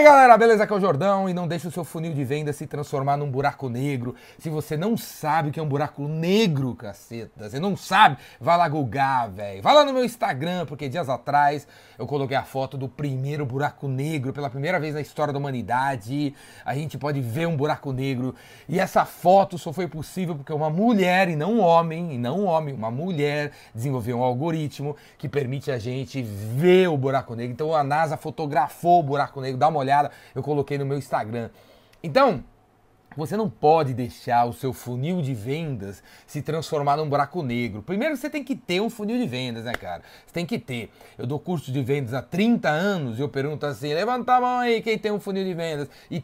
aí galera, beleza? Aqui é o Jordão e não deixe o seu funil de venda se transformar num buraco negro. Se você não sabe o que é um buraco negro, caceta, você não sabe, vai lá googar, velho. Vai lá no meu Instagram, porque dias atrás eu coloquei a foto do primeiro buraco negro, pela primeira vez na história da humanidade. A gente pode ver um buraco negro e essa foto só foi possível porque uma mulher, e não um homem, uma mulher desenvolveu um algoritmo que permite a gente ver o buraco negro. Então a NASA fotografou o buraco negro, dá uma olhada, eu coloquei no meu Instagram. Então, você não pode deixar o seu funil de vendas se transformar num buraco negro. Primeiro você tem que ter um funil de vendas, né, cara? Você tem que ter. Eu dou curso de vendas há 30 anos e eu pergunto assim, levanta a mão aí quem tem um funil de vendas. E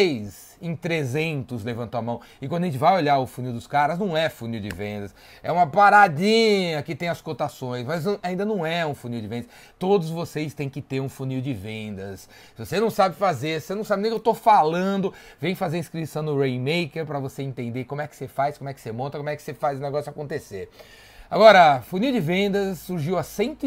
3 em 300 levantam a mão. E quando a gente vai olhar o funil dos caras, não é funil de vendas. É uma paradinha que tem as cotações, mas ainda não é um funil de vendas. Todos vocês têm que ter um funil de vendas. Se você não sabe fazer, se você não sabe nem o que eu tô falando, vem fazer inscrição no Rainmaker para você entender como é que você faz, como é que você monta, como é que você faz o negócio acontecer. Agora, funil de vendas surgiu há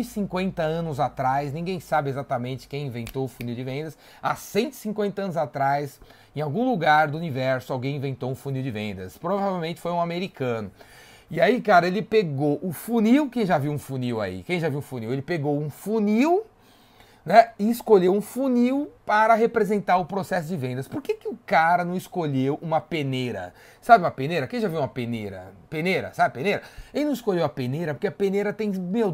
150 anos atrás, ninguém sabe exatamente quem inventou o funil de vendas. Há 150 anos atrás, em algum lugar do universo, alguém inventou um funil de vendas. Provavelmente foi um americano. E aí, cara, ele pegou o funil, quem já viu um funil aí? Quem já viu um funil? Ele pegou um funil, né, e escolheu um funil para representar o processo de vendas. Por que que o cara não escolheu uma peneira? Sabe uma peneira? Quem já viu uma peneira? Peneira, sabe peneira? Ele não escolheu a peneira porque a peneira tem,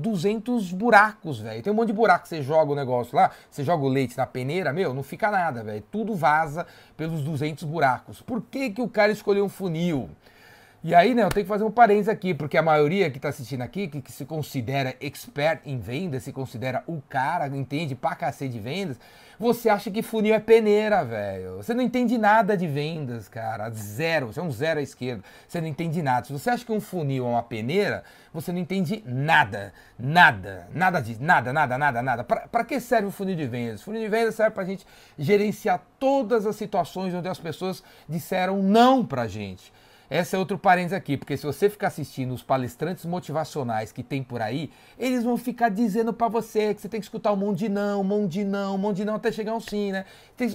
200 buracos, velho. Tem um monte de buraco, você joga o negócio lá, você joga o leite na peneira, não fica nada, velho. Tudo vaza pelos 200 buracos. Por que que o cara escolheu um funil? E aí, né, eu tenho que fazer um parênteses aqui, porque a maioria que está assistindo aqui, que se considera expert em vendas, se considera o cara, entende pra cacete de vendas, você acha que funil é peneira, velho. Você não entende nada de vendas, cara. Zero, você é um zero à esquerda. Você não entende nada. Se você acha que um funil é uma peneira, você não entende nada. Nada. Nada disso. Nada. Pra que serve o funil de vendas? O funil de vendas serve pra gente gerenciar todas as situações onde as pessoas disseram não pra gente. Esse é outro parênteses aqui, porque se você ficar assistindo os palestrantes motivacionais que tem por aí, eles vão ficar dizendo pra você que você tem que escutar um monte de não, até chegar um sim, né?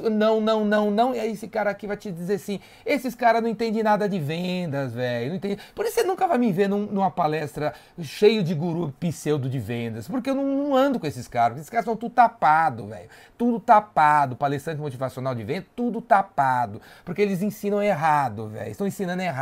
Não, e aí esse cara aqui vai te dizer sim. Esses caras não entendem nada de vendas, velho, não entende. Por isso você nunca vai me ver numa palestra cheio de guru pseudo de vendas, porque eu não ando com esses caras são tudo tapado, velho, tudo tapado, palestrante motivacional de venda, tudo tapado, porque eles ensinam errado, velho, estão ensinando errado.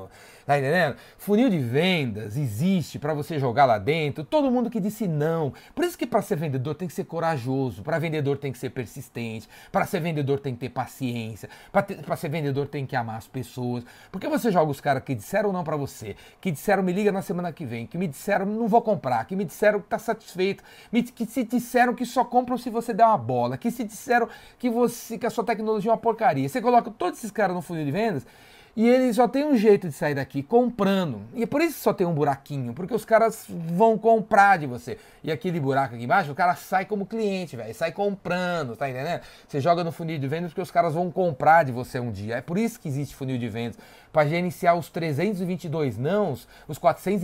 Tá entendendo? Funil de vendas existe para você jogar lá dentro. Todo mundo que disse não. Por isso que para ser vendedor tem que ser corajoso. Para vendedor tem que ser persistente. Para ser vendedor tem que ter paciência. Para ser vendedor tem que amar as pessoas. Porque você joga os caras que disseram não para você, que disseram me liga na semana que vem, que me disseram não vou comprar, que me disseram que tá satisfeito, que se disseram que só compram se você der uma bola, que se disseram que a sua tecnologia é uma porcaria. Você coloca todos esses caras no funil de vendas e eles só tem um jeito de sair daqui, comprando. E é por isso que só tem um buraquinho, porque os caras vão comprar de você. E aquele buraco aqui embaixo, o cara sai como cliente, velho, sai comprando, tá entendendo? Você joga no funil de vendas porque os caras vão comprar de você um dia. É por isso que existe funil de vendas. Para gerenciar os 322 nãos, os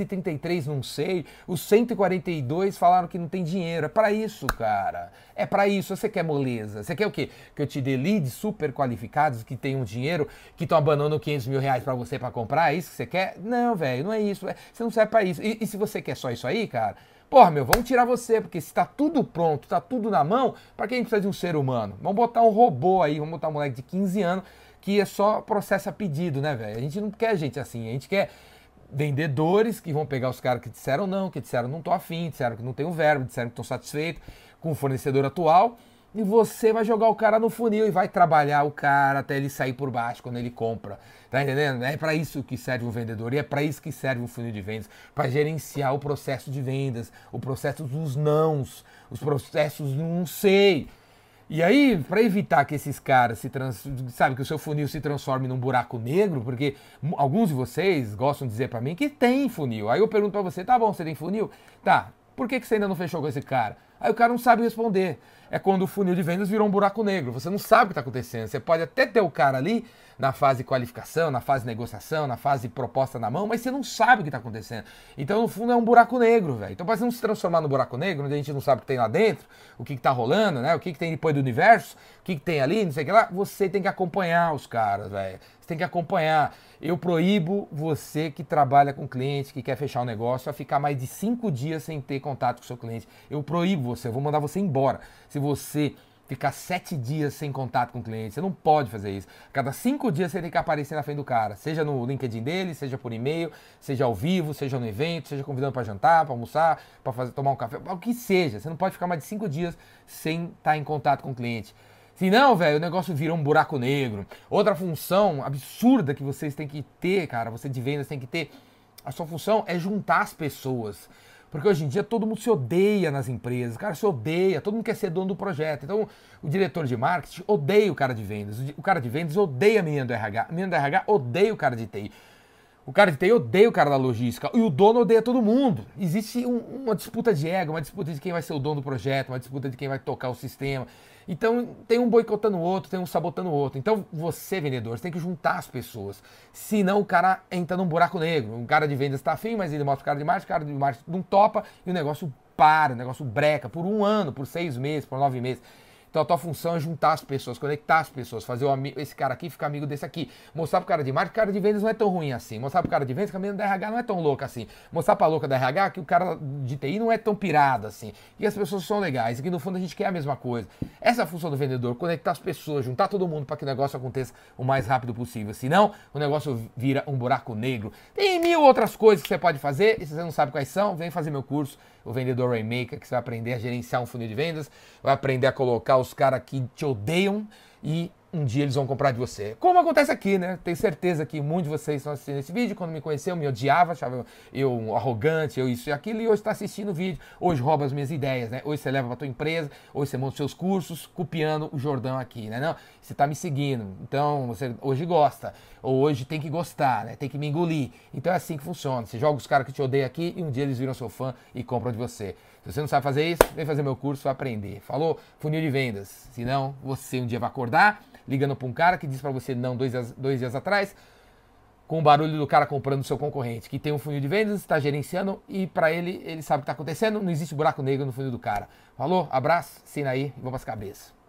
433 não sei, os 142 falaram que não tem dinheiro. É para isso, cara. É para isso. Você quer moleza? Você quer o quê? Que eu te dê leads super qualificados que tenham dinheiro, que estão abandonando 500 mil reais para você para comprar? É isso que você quer? Não, velho, não é isso. Você não serve para isso. E se você quer só isso aí, cara, porra, vamos tirar você, porque se tá tudo pronto, tá tudo na mão, para que a gente precisa de um ser humano? Vamos botar um robô aí, vamos botar um moleque de 15 anos que é só processo a pedido, né, velho? A gente não quer gente assim, a gente quer vendedores que vão pegar os caras que disseram não tô afim, disseram que não tem o verbo, disseram que estão satisfeitos com o fornecedor atual, e você vai jogar o cara no funil e vai trabalhar o cara até ele sair por baixo quando ele compra. Tá entendendo? É para isso que serve um vendedor e é para isso que serve um funil de vendas, para gerenciar o processo de vendas, o processo dos nãos, os processos do não sei. E aí, para evitar que esses caras que o seu funil se transforme num buraco negro, porque alguns de vocês gostam de dizer para mim que tem funil. Aí eu pergunto para você, tá bom, você tem funil? Tá, por que você ainda não fechou com esse cara? Aí o cara não sabe responder. é quando o funil de vendas virou um buraco negro. Você não sabe o que está acontecendo. Você pode até ter o cara ali na fase qualificação, na fase negociação, na fase proposta na mão, mas você não sabe o que está acontecendo. Então, no fundo, é um buraco negro, velho. Então, para você não se transformar no buraco negro, onde a gente não sabe o que tem lá dentro, o que está rolando, né? O que tem depois do universo, o que tem ali, não sei o que lá, você tem que acompanhar os caras, velho. Você tem que acompanhar. Eu proíbo você que trabalha com cliente, que quer fechar um negócio, a ficar mais de 5 dias sem ter contato com o seu cliente. Eu proíbo você, eu vou mandar você embora. Se você ficar 7 dias sem contato com o cliente, você não pode fazer isso. Cada 5 dias você tem que aparecer na frente do cara, seja no LinkedIn dele, seja por e-mail, seja ao vivo, seja no evento, seja convidando para jantar, para almoçar, para tomar um café, o que seja. Você não pode ficar mais de 5 dias sem estar em contato com o cliente. Senão, velho, o negócio vira um buraco negro. Outra função absurda que vocês têm que ter, cara, você de vendas tem que ter, a sua função é juntar as pessoas. Porque hoje em dia todo mundo se odeia nas empresas, o cara se odeia, todo mundo quer ser dono do projeto. Então o diretor de marketing odeia o cara de vendas, o cara de vendas odeia a menina do RH, a menina do RH odeia o cara de TI. O cara de TI odeia o cara da logística e o dono odeia todo mundo. Existe uma disputa de ego, uma disputa de quem vai ser o dono do projeto, uma disputa de quem vai tocar o sistema. Então tem um boicotando o outro, tem um sabotando o outro. Então você, vendedor, você tem que juntar as pessoas. Senão o cara entra num buraco negro. O cara de vendas está afim, mas ele mostra o cara de marketing não topa e o negócio para, o negócio breca por 1 ano, por 6 meses, por 9 meses. Então a tua função é juntar as pessoas, conectar as pessoas, fazer esse cara aqui ficar amigo desse aqui. Mostrar pro cara de marketing que o cara de vendas não é tão ruim assim. Mostrar pro cara de vendas que a menina da RH não é tão louca assim. Mostrar pra louca da RH que o cara de TI não é tão pirado assim. E as pessoas são legais e que no fundo a gente quer a mesma coisa. Essa é a função do vendedor, conectar as pessoas, juntar todo mundo para que o negócio aconteça o mais rápido possível. Senão o negócio vira um buraco negro. Tem 1000 outras coisas que você pode fazer e se você não sabe quais são, vem fazer meu curso, o Vendedor Rainmaker, que você vai aprender a gerenciar um funil de vendas, vai aprender a colocar os caras que te odeiam e um dia eles vão comprar de você. Como acontece aqui, né? Tenho certeza que muitos de vocês estão assistindo esse vídeo, quando me conheceu, me odiava, achava eu um arrogante, eu isso e aquilo, e hoje está assistindo o vídeo, hoje rouba as minhas ideias, né? Hoje você leva para tua empresa, hoje você monta os seus cursos, copiando o Jordão aqui, né? Não, você está me seguindo, então você hoje gosta, ou hoje tem que gostar, né? Tem que me engolir. Então é assim que funciona. Você joga os caras que te odeiam aqui e um dia eles viram seu fã e compram de você. Se você não sabe fazer isso, vem fazer meu curso, vai aprender. Falou? Funil de vendas. Senão, você um dia vai acordar ligando para um cara que disse para você não 2 dias atrás, com o barulho do cara comprando o seu concorrente, que tem um funil de vendas, está gerenciando e para ele sabe o que está acontecendo, não existe buraco negro no funil do cara. Falou? Abraço, assina aí e vamos para as cabeças.